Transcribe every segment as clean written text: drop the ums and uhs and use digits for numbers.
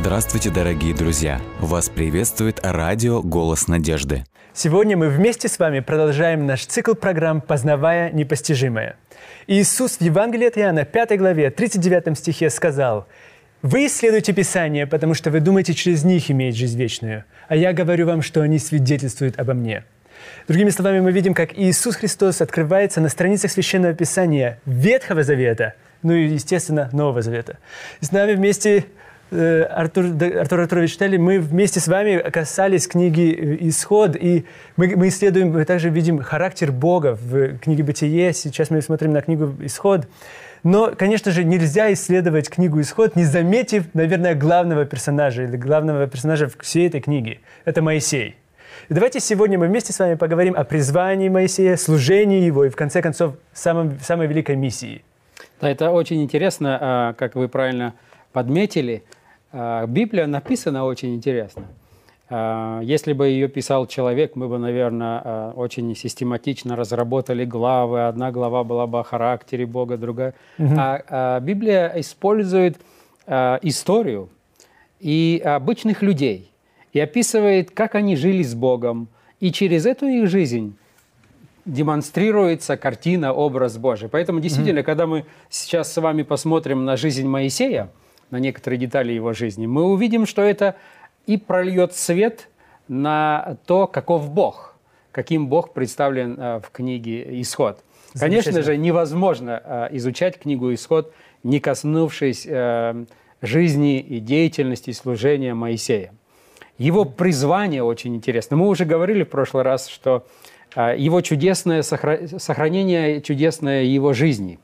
Здравствуйте, дорогие друзья! Вас приветствует радио «Голос надежды». Сегодня мы вместе с вами продолжаем наш цикл программ «Познавая непостижимое». Иисус в Евангелии от Иоанна, 5 главе, 39 стихе сказал: «Вы исследуете Писание, потому что вы думаете через них иметь жизнь вечную, а я говорю вам, что они свидетельствуют обо мне». Другими словами, мы видим, как Иисус Христос открывается на страницах Священного Писания Ветхого Завета, ну и, естественно, Нового Завета. С нами вместе Артур Артурович читали, мы вместе с вами касались книги «Исход», и мы исследуем, мы также видим характер Бога в книге «Бытие». Сейчас мы смотрим на книгу «Исход». Но, конечно же, нельзя исследовать книгу «Исход», не заметив, наверное, главного персонажа всей этой книги. Это Моисей. И давайте сегодня мы вместе с вами поговорим о призвании Моисея, служении его и, в конце концов, самой великой миссии. Да, это очень интересно, как вы правильно подметили. Библия написана очень интересно. Если бы ее писал человек, мы бы, наверное, очень систематично разработали главы. Одна глава была бы о характере Бога, другая. А Библия использует историю и обычных людей и описывает, как они жили с Богом. И через эту их жизнь демонстрируется картина, образ Божий. Поэтому действительно, когда мы сейчас с вами посмотрим на жизнь Моисея, на некоторые детали его жизни, мы увидим, что это и прольет свет на то, каков Бог, каким Бог представлен в книге «Исход». Конечно же, невозможно изучать книгу «Исход», не коснувшись жизни и деятельности служения Моисея. Его призвание очень интересно. Мы уже говорили в прошлый раз, что его чудесное сохранение, чудесное его жизни.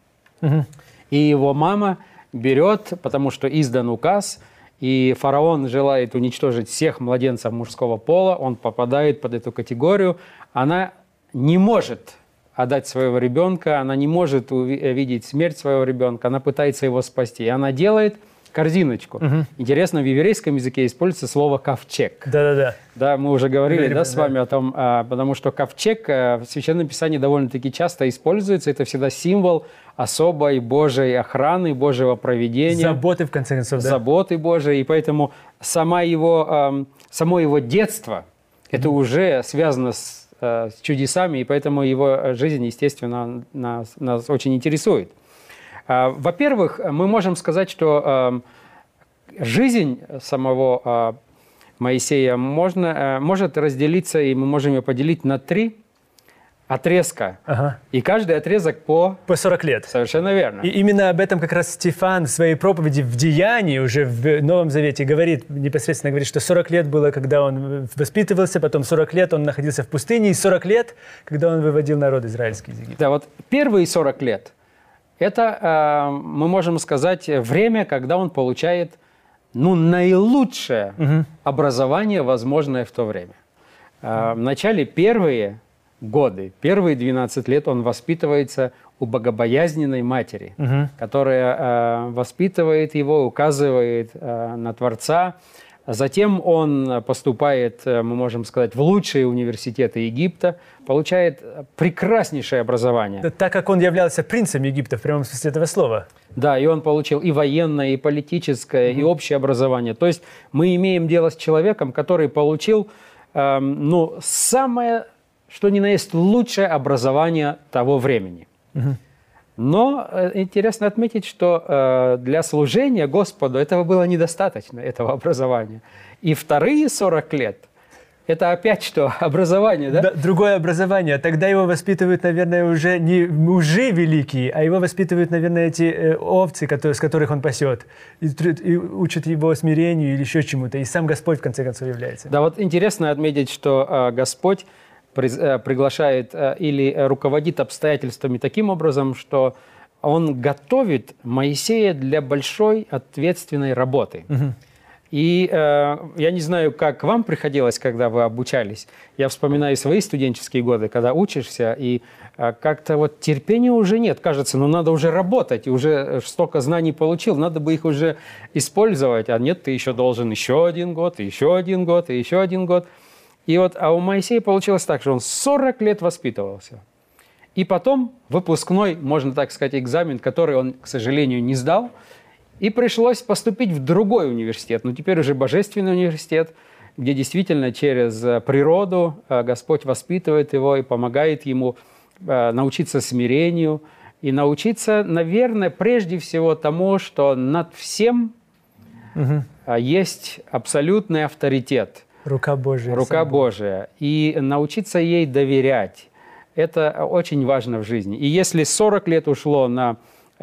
И его мама берет, потому что издан указ, и фараон желает уничтожить всех младенцев мужского пола, он попадает под эту категорию. Она не может отдать своего ребенка, она не может увидеть смерть своего ребенка, она пытается его спасти. И она делает корзиночку. Интересно, в еврейском языке используется слово «ковчег». Да-да-да. Да, мы уже говорили с вами о том, потому что ковчег в Священном Писании довольно-таки часто используется. Это всегда символ особой Божьей охраны, Божьего провидения. Заботы, в конце концов, да? Заботы Божьей. И поэтому само его детство, это уже связано с чудесами, и поэтому его жизнь, естественно, нас очень интересует. Во-первых, мы можем сказать, что жизнь самого Моисея может разделиться, и мы можем ее поделить на 3 отрезка. И каждый отрезок по 40 лет. Совершенно верно. И именно об этом как раз Стефан в своей проповеди в Деянии, уже в Новом Завете, непосредственно говорит, что 40 лет было, когда он воспитывался, потом 40 лет он находился в пустыне, и 40 лет, когда он выводил народ израильский из Египта. Да, вот первые 40 лет – это, мы можем сказать, время, когда он получает наилучшее образование, возможное в то время. В начале первые годы, первые 12 лет он воспитывается у богобоязненной матери, которая воспитывает его, указывает на Творца. Затем он поступает, мы можем сказать, в лучшие университеты Египта, получает прекраснейшее образование. Да, так как он являлся принцем Египта, в прямом смысле этого слова. Да, и он получил и военное, и политическое, и общее образование. То есть мы имеем дело с человеком, который получил самое, что ни на есть, лучшее образование того времени. Но интересно отметить, что для служения Господу этого было недостаточно, этого образования. И вторые 40 лет – это опять что? Образование, да? Да, другое образование. Тогда его воспитывают, наверное, уже не мужи великие, а его воспитывают, наверное, эти овцы, с которых он пасет, и учат его смирению или еще чему-то. И сам Господь, в конце концов, является. Да, вот интересно отметить, что Господь приглашает или руководит обстоятельствами таким образом, что он готовит Моисея для большой ответственной работы. И я не знаю, как вам приходилось, когда вы обучались. Я вспоминаю свои студенческие годы, когда учишься, и как-то вот терпения уже нет. Кажется, надо уже работать, и уже столько знаний получил, надо бы их уже использовать. А нет, ты еще должен еще 1 год, и еще 1 год, и еще 1 год. И вот, а у Моисея получилось так, что он 40 лет воспитывался. И потом выпускной, можно так сказать, экзамен, который он, к сожалению, не сдал. И пришлось поступить в другой университет, но теперь уже божественный университет, где действительно через природу Господь воспитывает его и помогает ему научиться смирению и научиться, наверное, прежде всего тому, что над всем есть абсолютный авторитет. Рука Божия. Рука Божия. И научиться ей доверять. Это очень важно в жизни. И если 40 лет ушло на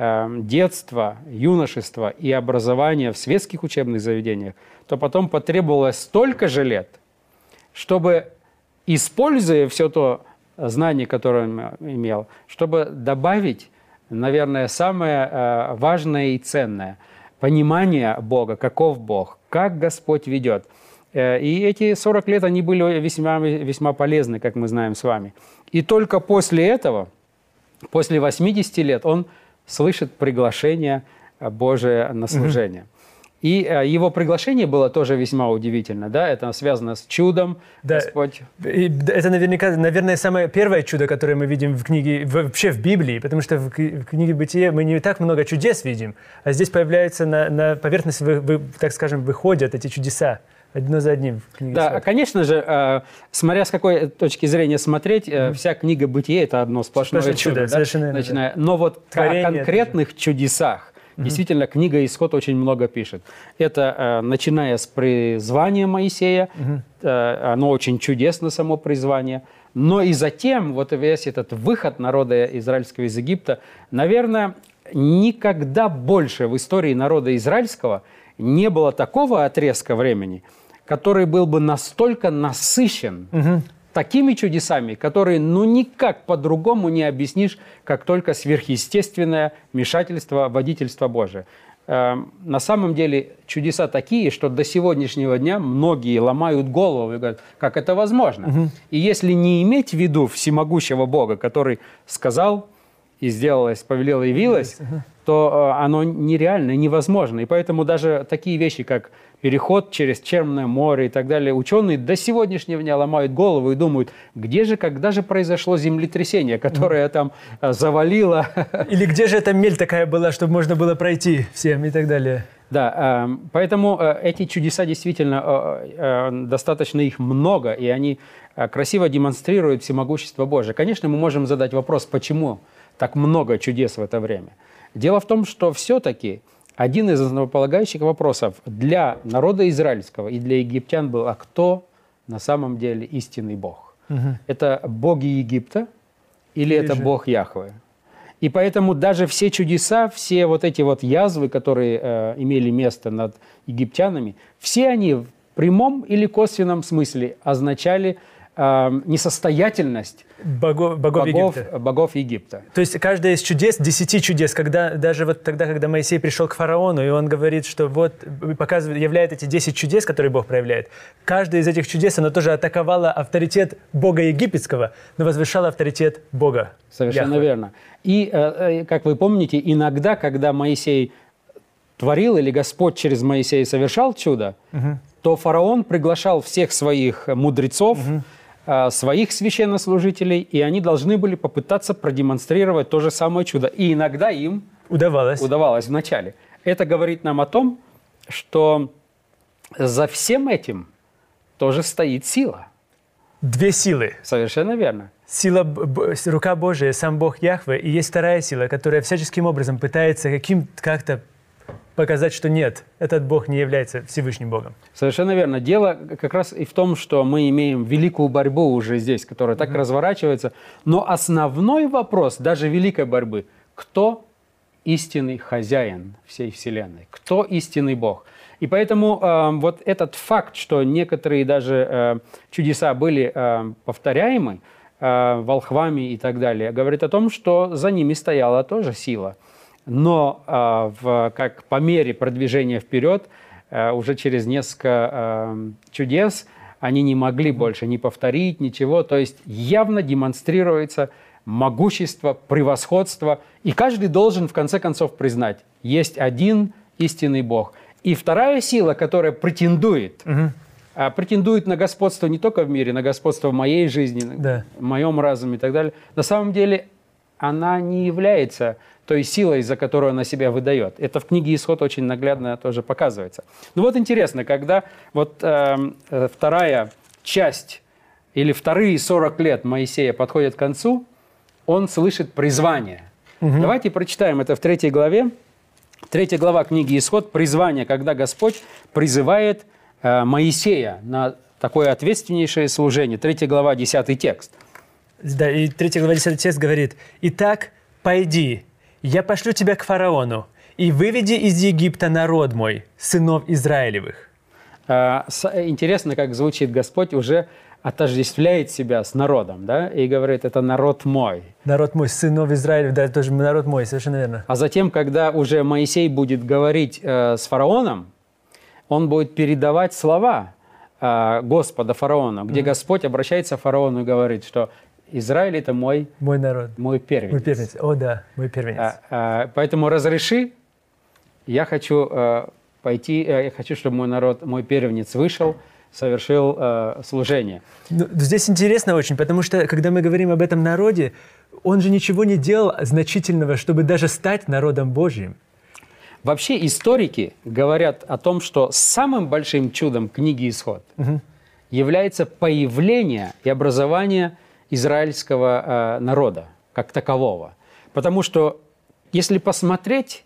детство, юношество и образование в светских учебных заведениях, то потом потребовалось столько же лет, чтобы, используя все то знание, которое он имел, чтобы добавить, наверное, самое важное и ценное – понимание Бога, каков Бог, как Господь ведет. И эти 40 лет, они были весьма, весьма полезны, как мы знаем с вами. И только после этого, после 80 лет, он слышит приглашение Божие на служение. И его приглашение было тоже весьма удивительно. Да? Это связано с чудом. Да. Господь. И это наверное, самое первое чудо, которое мы видим в книге, вообще в Библии, потому что в книге «Бытие» мы не так много чудес видим, а здесь появляются на поверхность, так скажем, выходят эти чудеса. Одно за одним. Да, конечно же, смотря с какой точки зрения смотреть, вся книга «Бытие» – это одно сплошное чудо. Да? Совершенно. Но вот Творение о конкретных чудесах действительно книга «Исход» очень много пишет. Это начиная с призвания Моисея, оно очень чудесно, само призвание. Но и затем, вот весь этот выход народа израильского из Египта, наверное, никогда больше в истории народа израильского не было такого отрезка времени, который был бы настолько насыщен такими чудесами, которые никак по-другому не объяснишь, как только сверхъестественное вмешательство, водительство Божие. На самом деле чудеса такие, что до сегодняшнего дня многие ломают голову и говорят, как это возможно. И если не иметь в виду всемогущего Бога, который сказал и сделалось, повелел и явилось, то оно нереально, невозможно. И поэтому даже такие вещи, как переход через Черное море и так далее, ученые до сегодняшнего дня ломают голову и думают, где же, когда же произошло землетрясение, которое там завалило. Или где же эта мель такая была, чтобы можно было пройти всем и так далее. Да, поэтому эти чудеса действительно, достаточно их много, и они красиво демонстрируют всемогущество Божие. Конечно, мы можем задать вопрос, почему так много чудес в это время. Дело в том, что все-таки один из основополагающих вопросов для народа израильского и для египтян был, а кто на самом деле истинный Бог? Это боги Египта или это Бог Яхве? И поэтому даже все чудеса, все вот эти вот язвы, которые имели место над египтянами, все они в прямом или косвенном смысле означали несостоятельность богов Египта. То есть каждое из чудес, 10 чудес, когда даже вот тогда, когда Моисей пришел к фараону, и он говорит, что вот показывает, являет эти 10 чудес, которые Бог проявляет, каждое из этих чудес, оно тоже атаковало авторитет Бога египетского, но возвышало авторитет Бога. Совершенно Яхве. верно. И, как вы помните, иногда, когда Моисей творил или Господь через Моисея совершал чудо, то фараон приглашал всех своих мудрецов, своих священнослужителей, и они должны были попытаться продемонстрировать то же самое чудо. И иногда им удавалось вначале. Это говорит нам о том, что за всем этим тоже стоит сила. Две силы. Совершенно верно. Сила, рука Божия, сам Бог Яхве, и есть вторая сила, которая всяческим образом пытается как-то показать, что нет, этот Бог не является Всевышним Богом. Совершенно верно. Дело как раз и в том, что мы имеем великую борьбу уже здесь, которая так разворачивается. Но основной вопрос даже великой борьбы – кто истинный хозяин всей Вселенной? Кто истинный Бог? И поэтому вот этот факт, что некоторые даже чудеса были повторяемы волхвами и так далее, говорит о том, что за ними стояла тоже сила. Но как по мере продвижения вперед, уже через несколько чудес, они не могли больше ни повторить, ничего. То есть явно демонстрируется могущество, превосходство. И каждый должен в конце концов признать, есть один истинный Бог. И вторая сила, которая претендует на господство не только в мире, на господство в моей жизни, в моем разуме и так далее, на самом деле она не является той силой, за которую она себя выдает. Это в книге «Исход» очень наглядно тоже показывается. Ну вот интересно, когда вот вторая часть или вторые 40 лет Моисея подходят к концу, он слышит призвание. Давайте прочитаем это в 3 главе. 3 глава книги «Исход» – призвание, когда Господь призывает Моисея на такое ответственнейшее служение. 3 глава, 10 текст. Да, и 3 глава 10 текст говорит: «Итак, пойди, я пошлю тебя к фараону, и выведи из Египта народ мой, сынов Израилевых». Интересно, как звучит Господь, уже отождествляет себя с народом, да, и говорит: это народ мой. Народ мой, сынов Израилев, да, тоже народ мой, совершенно верно. А затем, когда уже Моисей будет говорить с фараоном, он будет передавать слова Господа фараону, где Господь обращается к фараону и говорит, что Израиль – это мой народ, мой первенец. Мой первенец. О да, мой первенец. Поэтому разреши, я хочу пойти, я хочу, чтобы мой народ, мой первенец вышел, совершил служение. Ну, здесь интересно очень, потому что, когда мы говорим об этом народе, он же ничего не делал значительного, чтобы даже стать народом Божьим. Вообще историки говорят о том, что самым большим чудом книги «Исход» является появление и образование израильского народа как такового. Потому что если посмотреть,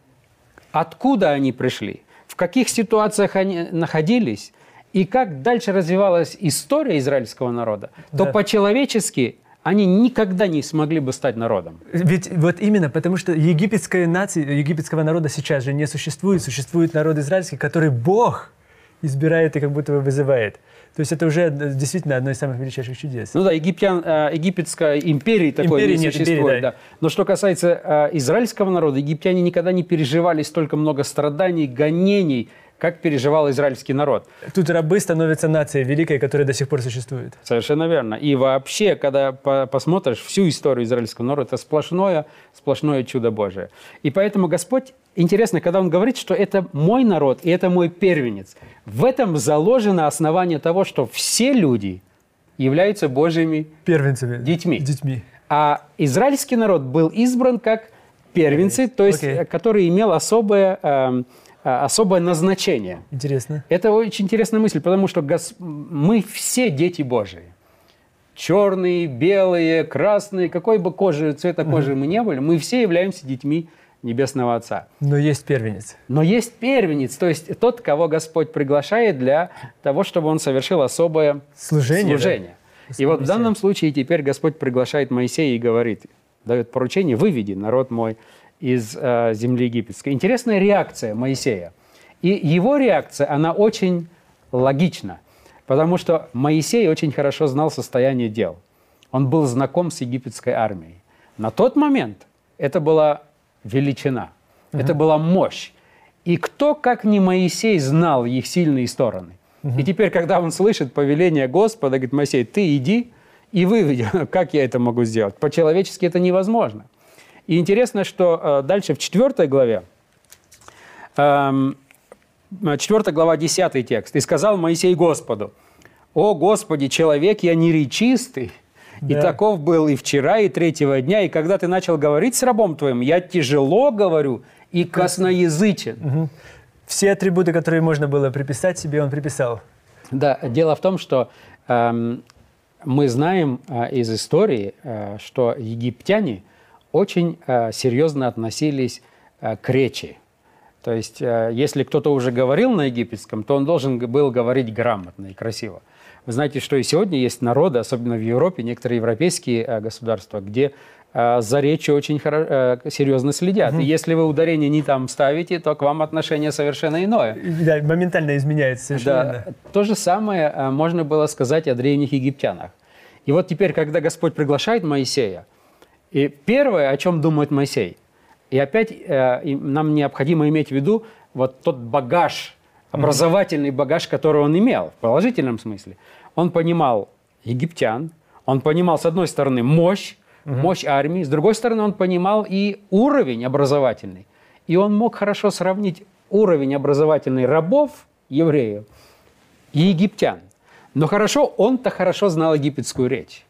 откуда они пришли, в каких ситуациях они находились, и как дальше развивалась история израильского народа, то по-человечески они никогда не смогли бы стать народом. Ведь вот именно, потому что египетская нация, египетского народа сейчас же не существует. Существует народ израильский, который Бог избирает и как будто бы вызывает. То есть это уже действительно одно из самых величайших чудес. Ну да, египетской империи такой не существует. Да. Но что касается израильского народа, египтяне никогда не переживали столько много страданий, гонений, как переживал израильский народ. Тут рабы становятся нацией великой, которая до сих пор существует. Совершенно верно. И вообще, когда посмотришь всю историю израильского народа, это сплошное чудо Божие. И поэтому Господь, интересно, когда Он говорит, что это мой народ и это мой первенец, в этом заложено основание того, что все люди являются Божьими первенцами, детьми. А израильский народ был избран как первенцы, то есть который имел особое назначение. Интересно. Это очень интересная мысль, потому что мы все дети Божии. Черные, белые, красные, какой бы цвета кожи мы не были, мы все являемся детьми Небесного Отца. Но есть первенец. Но есть первенец, то есть тот, кого Господь приглашает для того, чтобы он совершил особое служение. Да? И вот в данном случае теперь Господь приглашает Моисея и говорит, дает поручение: выведи народ мой из земли египетской. Интересная реакция Моисея. И его реакция, она очень логична, потому что Моисей очень хорошо знал состояние дел. Он был знаком с египетской армией. На тот момент это была величина, это была мощь. И кто, как не Моисей, знал их сильные стороны. И теперь, когда он слышит повеление Господа, говорит: Моисей, ты иди и выведи. Как я это могу сделать? По-человечески это невозможно. И интересно, что дальше в 4 главе, 4 глава 10 текст. «И сказал Моисей Господу: о Господи, человек я неречистый, и таков был и вчера, и 3-го дня, и когда ты начал говорить с рабом твоим, я тяжело говорю и косноязычен». Все атрибуты, которые можно было приписать себе, он приписал. Да, дело в том, что мы знаем из истории, что египтяне очень серьезно относились к речи. То есть, если кто-то уже говорил на египетском, то он должен был говорить грамотно и красиво. Вы знаете, что и сегодня есть народы, особенно в Европе, некоторые европейские государства, где за речью очень серьезно следят. И если вы ударение не там ставите, то к вам отношение совершенно иное. Да, моментально изменяется совершенно. Да. То же самое можно было сказать о древних египтянах. И вот теперь, когда Господь приглашает Моисея, и первое, о чем думает Моисей, и опять нам необходимо иметь в виду вот тот багаж, образовательный багаж, который он имел, в положительном смысле. Он понимал египтян, он понимал, с одной стороны, мощь армии, с другой стороны, он понимал и уровень образовательный. И он мог хорошо сравнить уровень образовательный рабов, евреев, и египтян. Но он-то хорошо знал египетскую речь.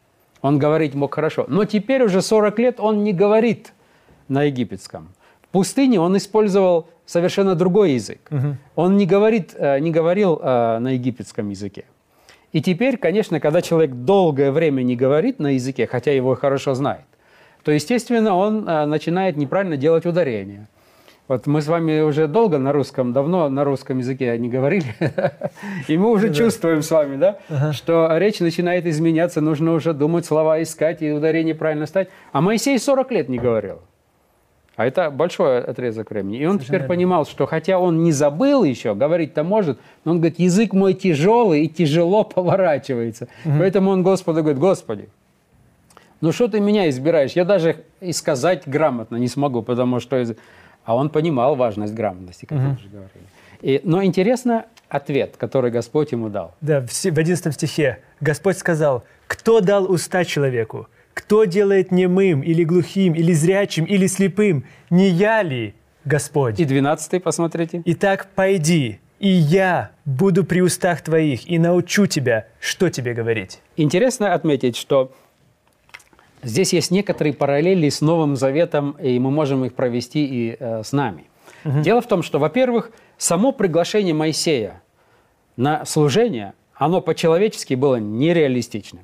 Он говорить мог хорошо. Но теперь уже 40 лет он не говорит на египетском. В пустыне он использовал совершенно другой язык. Он не говорил на египетском языке. И теперь, конечно, когда человек долгое время не говорит на языке, хотя его хорошо знает, то, естественно, он начинает неправильно делать ударения. Вот мы с вами уже долго давно на русском языке не говорили, и мы уже чувствуем с вами, да, что речь начинает изменяться, нужно уже думать, слова искать и ударение правильно ставить. А Моисей 40 лет не говорил. А это большой отрезок времени. И он теперь понимал, что хотя он не забыл еще, говорить-то может, но он говорит, язык мой тяжелый и тяжело поворачивается. Поэтому он Господу говорит, Господи, ну что ты меня избираешь? Я даже и сказать грамотно не смогу, потому что... А он понимал важность грамотности, как мы уже говорили. Но интересно ответ, который Господь ему дал. Да, в 11 стихе Господь сказал, кто дал уста человеку? Кто делает немым, или глухим, или зрячим, или слепым? Не я ли, Господь? И 12 посмотрите. Итак, пойди, и я буду при устах твоих, и научу тебя, что тебе говорить. Интересно отметить, что здесь есть некоторые параллели с Новым Заветом, и мы можем их провести и с нами. Дело в том, что, во-первых, само приглашение Моисея на служение, оно по-человечески было нереалистичным.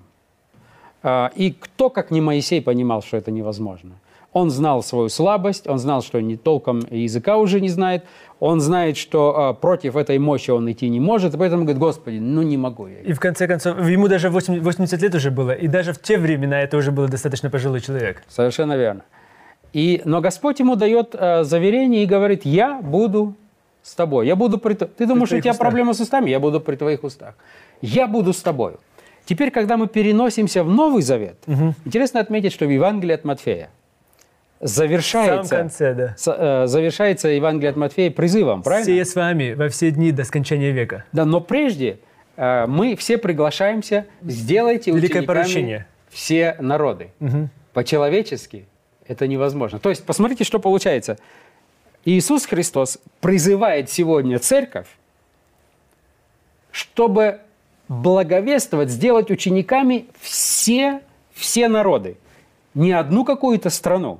И кто, как не Моисей, понимал, что это невозможно? Он знал свою слабость, он знал, что не толком языка уже не знает, он знает, что против этой мощи он идти не может, и поэтому говорит, Господи, ну не могу я. И в конце концов, ему даже 80 лет уже было, и даже в те времена это уже был достаточно пожилой человек. Совершенно верно. Но Господь ему дает заверение и говорит, я буду с тобой, я буду при... Ты думаешь, у тебя проблема с устами? Я буду при твоих устах. Я буду с тобой. Теперь, когда мы переносимся в Новый Завет, интересно отметить, что в Евангелии от Матфея завершается, в самом конце, да. Завершается Евангелие от Матфея призывом, правильно? «Сея с вами во все дни до скончания века». Да, но прежде мы все приглашаемся, сделайте учениками все народы. По-человечески это невозможно. То есть, посмотрите, что получается. Иисус Христос призывает сегодня церковь, чтобы благовествовать, сделать учениками все народы. Не одну какую-то страну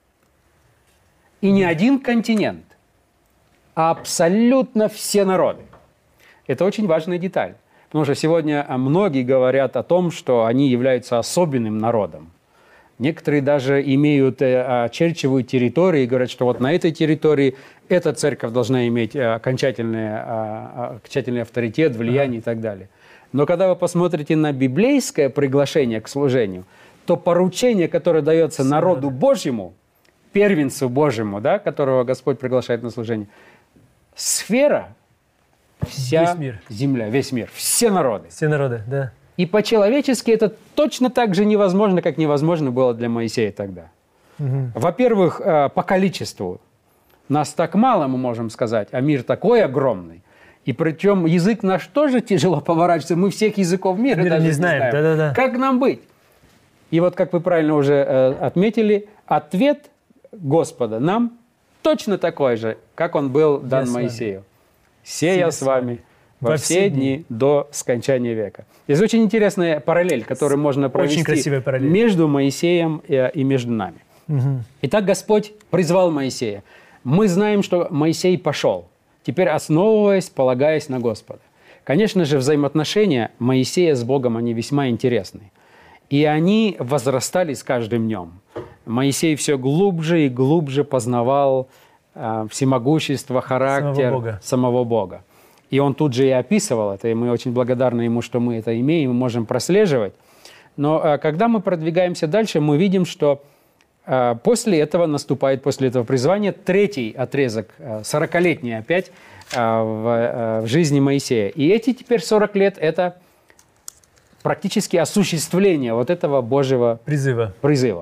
и не один континент, а абсолютно все народы. Это очень важная деталь. Потому что сегодня многие говорят о том, что они являются особенным народом. Некоторые даже очерчивают территории и говорят, что вот на этой территории эта церковь должна иметь окончательный авторитет, влияние и так далее. Но когда вы посмотрите на библейское приглашение к служению, то поручение, которое дается народу Божьему, первенцу Божьему, да, которого Господь приглашает на служение, сфера, вся земля, весь мир, все народы. Все народы, да. И по-человечески это точно так же невозможно, как невозможно было для Моисея тогда. Во-первых, по количеству. Нас так мало, мы можем сказать, а мир такой огромный. И причем язык наш тоже тяжело поворачивается. Мы всех языков мира даже не знаем. Да-да-да. Как нам быть? И вот, как вы правильно уже отметили, ответ Господа нам точно такой же, как он был дан Моисею. «Сея с вами во все дни до скончания века». Здесь очень интересная параллель, которую можно провести между Моисеем и между нами. Итак, Господь призвал Моисея. Мы знаем, что Моисей пошел, теперь основываясь, полагаясь на Господа. Конечно же, взаимоотношения Моисея с Богом, они весьма интересны. И они возрастали с каждым днем. Моисей все глубже и глубже познавал всемогущество, характер самого Бога. И он тут же и описывал это, и мы очень благодарны ему, что мы это имеем, мы можем прослеживать. Но когда мы продвигаемся дальше, мы видим, что после этого наступает, после этого призвания, третий отрезок, 40-летний опять, в жизни Моисея. И эти теперь 40 лет – это практически осуществление вот этого Божьего призыва.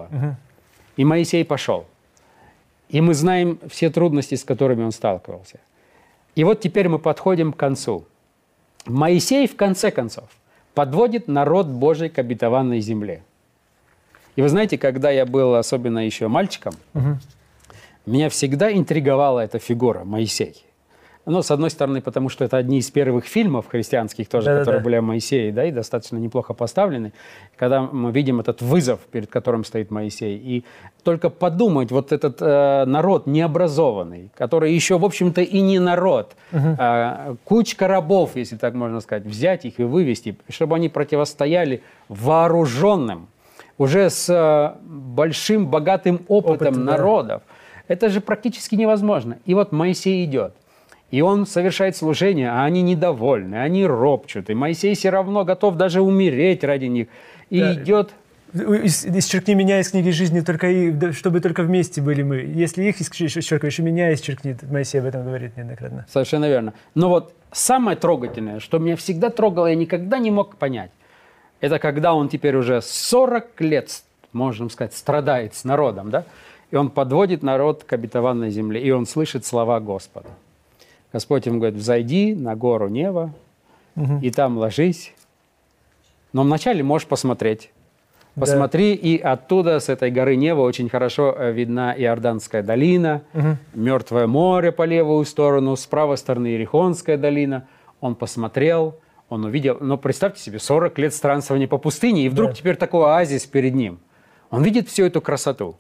И Моисей пошел. И мы знаем все трудности, с которыми он сталкивался. И вот теперь мы подходим к концу. Моисей, в конце концов, подводит народ Божий к обетованной земле. И вы знаете, когда я был особенно еще мальчиком, меня всегда интриговала эта фигура, Моисей. Ну, с одной стороны, потому что это одни из первых фильмов христианских тоже, которые были о Моисее, да, и достаточно неплохо поставлены. Когда мы видим этот вызов, перед которым стоит Моисей, и только подумать, вот этот народ необразованный, который еще, в общем-то, и не народ, кучка рабов, если так можно сказать, взять их и вывести, чтобы они противостояли вооруженным, уже с большим, богатым опытом народов. Да. Это же практически невозможно. И вот Моисей идет. И он совершает служение, а они недовольны, они ропчут. И Моисей все равно готов даже умереть ради них. И идет... Исчеркни меня из книги жизни, чтобы только вместе были мы. Если их исчеркиваешь, и меня исчеркни. Моисей об этом говорит неоднократно. Совершенно верно. Но вот самое трогательное, что меня всегда трогало, я никогда не мог понять, это когда он теперь уже 40 лет, можно сказать, страдает с народом, да? И он подводит народ к обетованной земле, и он слышит слова Господа. Господь ему говорит: взойди на гору Нева, и там ложись. Но вначале можешь посмотреть. Посмотри, и оттуда, с этой горы Нева, очень хорошо видна Иорданская долина, Мертвое море по левую сторону, с правой стороны Иерихонская долина. Он посмотрел, он увидел. Но представьте себе, 40 лет странствования по пустыне, и вдруг теперь такой оазис перед ним. Он видит всю эту красоту.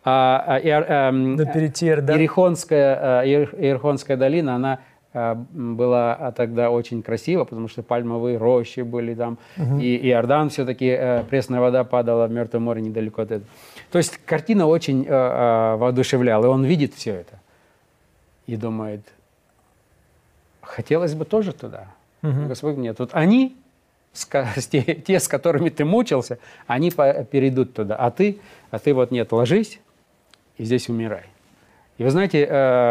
Иерихонская долина, она была тогда очень красива, потому что пальмовые рощи были там, и Иордан все-таки, пресная вода падала в Мертвое море недалеко от этого. То есть картина очень воодушевляла, и он видит все это. И думает, хотелось бы тоже туда. Господь, нет, вот они, те, с которыми ты мучился, они перейдут туда, а ты вот нет, ложись и здесь умирай. И вы знаете,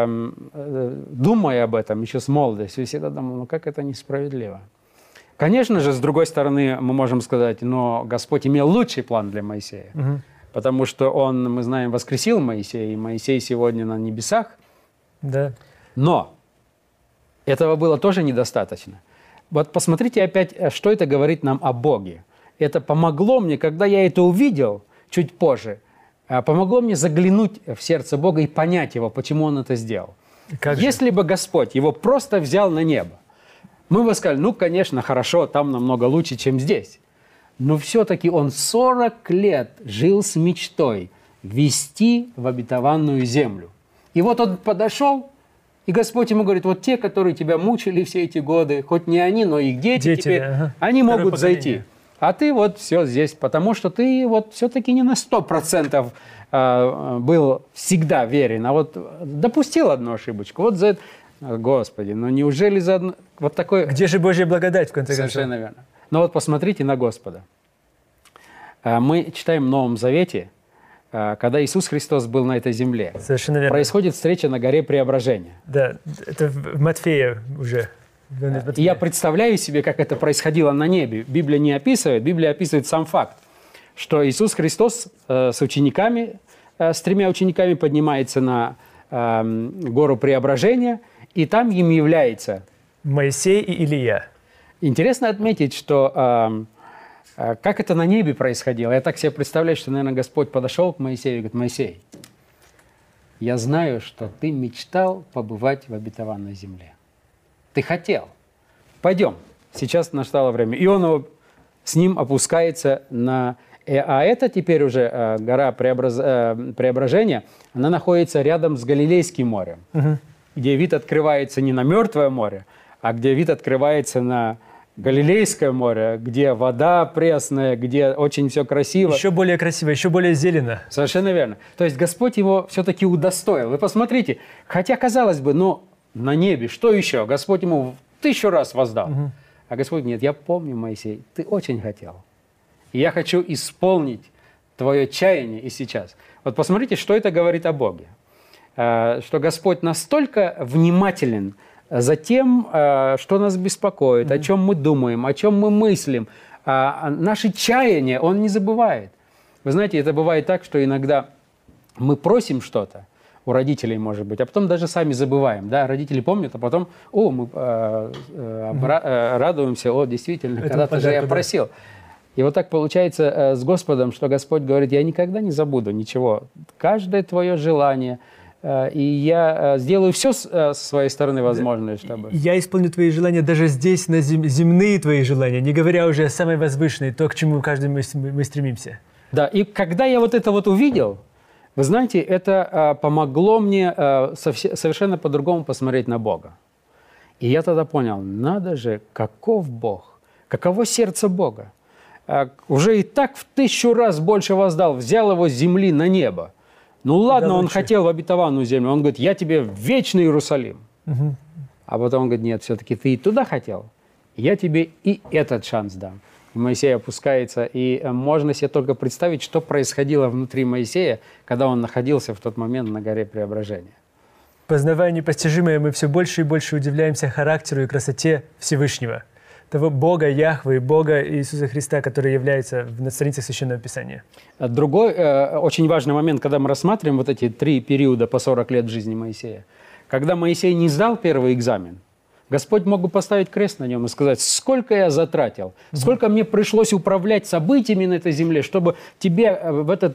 думая об этом еще с молодости, я всегда думал, ну как это несправедливо. Конечно же, с другой стороны, мы можем сказать, но Господь имел лучший план для Моисея. Потому что Он, мы знаем, воскресил Моисея, и Моисей сегодня на небесах. Да. Но этого было тоже недостаточно. Вот посмотрите опять, что это говорит нам о Боге. Это помогло мне, когда я это увидел чуть позже, помогло мне заглянуть в сердце Бога и понять Его, почему Он это сделал. Если бы Господь Его просто взял на небо, мы бы сказали, ну, конечно, хорошо, там намного лучше, чем здесь. Но все-таки Он 40 лет жил с мечтой ввести в обетованную землю. И вот Он подошел, и Господь ему говорит, вот те, которые тебя мучили все эти годы, хоть не они, но их дети теперь, они могут зайти. А ты вот все здесь, потому что ты вот все-таки не на 100% был всегда верен, а вот допустил одну ошибочку. Вот за это, Господи, ну неужели за одну... Вот такой... Где же Божья благодать, в конце концов? Совершенно верно. Но вот посмотрите на Господа. Мы читаем в Новом Завете, когда Иисус Христос был на этой земле. Совершенно верно. Происходит встреча на горе Преображения. Да, это в Матфея уже. И я представляю себе, как это происходило на небе. Библия не описывает, Библия описывает сам факт, что Иисус Христос с учениками, с 3 учениками поднимается на гору Преображения, и там им является Моисей и Илия. Интересно отметить, что как это на небе происходило. Я так себе представляю, что, наверное, Господь подошел к Моисею и говорит: Моисей, я знаю, что ты мечтал побывать в обетованной земле. Ты хотел. Пойдем. Сейчас настало время. И он с ним опускается на... А это теперь уже гора Преображения, она находится рядом с Галилейским морем, где вид открывается не на Мертвое море, а где вид открывается на Галилейское море, где вода пресная, где очень все красиво. Еще более красиво, еще более зелено. Совершенно верно. То есть Господь его все-таки удостоил. Вы посмотрите, хотя, казалось бы, ну, на небе, что еще? Господь ему 1000 раз воздал. А Господь: нет, я помню, Моисей, ты очень хотел. И я хочу исполнить твое чаяние и сейчас. Вот посмотрите, что это говорит о Боге. Что Господь настолько внимателен за тем, что нас беспокоит, о чем мы думаем, о чем мы мыслим. Наши чаяния Он не забывает. Вы знаете, это бывает так, что иногда мы просим что-то, у родителей, может быть, а потом даже сами забываем. Да? Родители помнят, а потом, мы радуемся, действительно, когда-то же я просил. И вот так получается с Господом, что Господь говорит: я никогда не забуду ничего. Каждое твое желание, и я сделаю все с своей стороны возможное, чтобы... Я исполню твои желания даже здесь, на земные твои желания, не говоря уже о самой возвышенной, то, к чему каждый мы стремимся. Да, и когда я вот это вот увидел, вы знаете, это помогло мне совершенно по-другому посмотреть на Бога. И я тогда понял, надо же, каков Бог, каково сердце Бога. Уже и так в 1000 раз больше воздал, взял его с земли на небо. Ну ладно, он хотел в обетованную землю, он говорит, я тебе в вечный Иерусалим. Угу. А потом он говорит, нет, все-таки ты и туда хотел, я тебе и этот шанс дам. И Моисей опускается, и можно себе только представить, что происходило внутри Моисея, когда он находился в тот момент на горе Преображения. Познавая непостижимое, мы все больше и больше удивляемся характеру и красоте Всевышнего, того Бога Яхвы, Бога Иисуса Христа, который является на страницах Священного Писания. Другой очень важный момент, когда мы рассматриваем вот эти 3 периода по 40 лет в жизни Моисея. Когда Моисей не сдал первый экзамен, Господь мог бы поставить крест на нем и сказать, сколько я затратил, сколько мне пришлось управлять событиями на этой земле, чтобы тебе в этот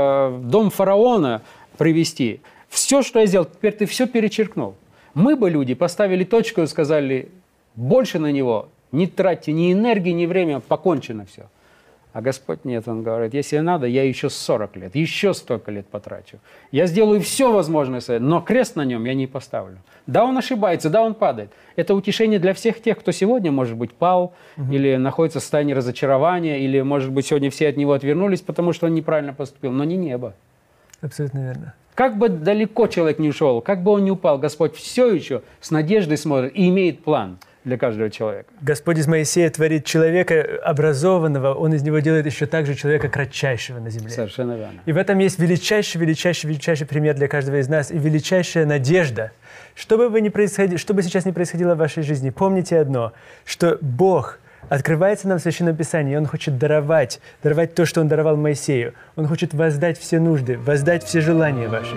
дом фараона привести. Все, что я сделал, теперь ты все перечеркнул. Мы бы, люди, поставили точку и сказали, больше на него не тратьте ни энергии, ни время, покончено все. А Господь нет, Он говорит, если надо, я еще 40 лет, еще столько лет потрачу. Я сделаю все возможное, но крест на нем я не поставлю. Да, он ошибается, да, он падает. Это утешение для всех тех, кто сегодня, может быть, пал, или находится в состоянии разочарования, или, может быть, сегодня все от него отвернулись, потому что он неправильно поступил, но не небо. Абсолютно верно. Как бы далеко человек не ушел, как бы он ни упал, Господь все еще с надеждой смотрит и имеет план для каждого человека. Господь из Моисея творит человека образованного, Он из него делает еще также человека кратчайшего на земле. Совершенно верно. И в этом есть величайший пример для каждого из нас и величайшая надежда. Что бы сейчас ни происходило в вашей жизни, помните одно, что Бог открывается нам в Священном Писании, и Он хочет даровать то, что Он даровал Моисею. Он хочет воздать все нужды, воздать все желания ваши.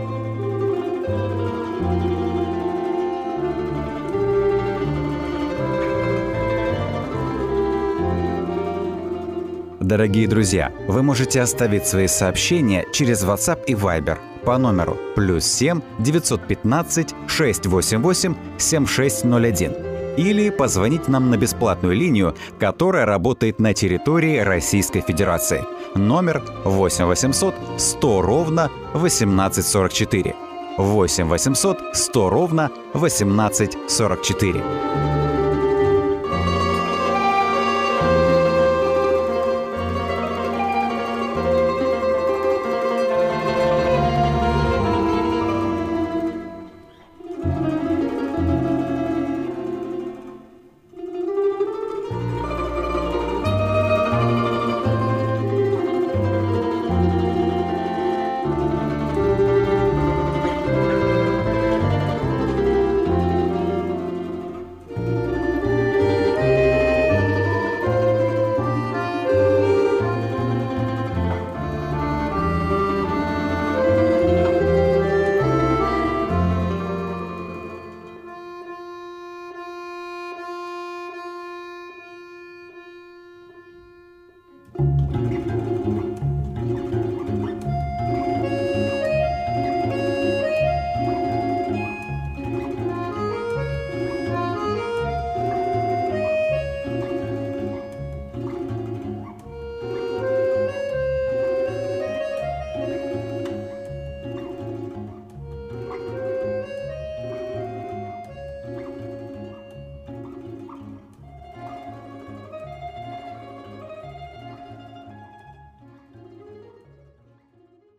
Дорогие друзья, вы можете оставить свои сообщения через WhatsApp и Viber по номеру +7 915 688 7601 или позвонить нам на бесплатную линию, которая работает на территории Российской Федерации. Номер 8 800 100 ровно 1844. 8 800 100 ровно 1844.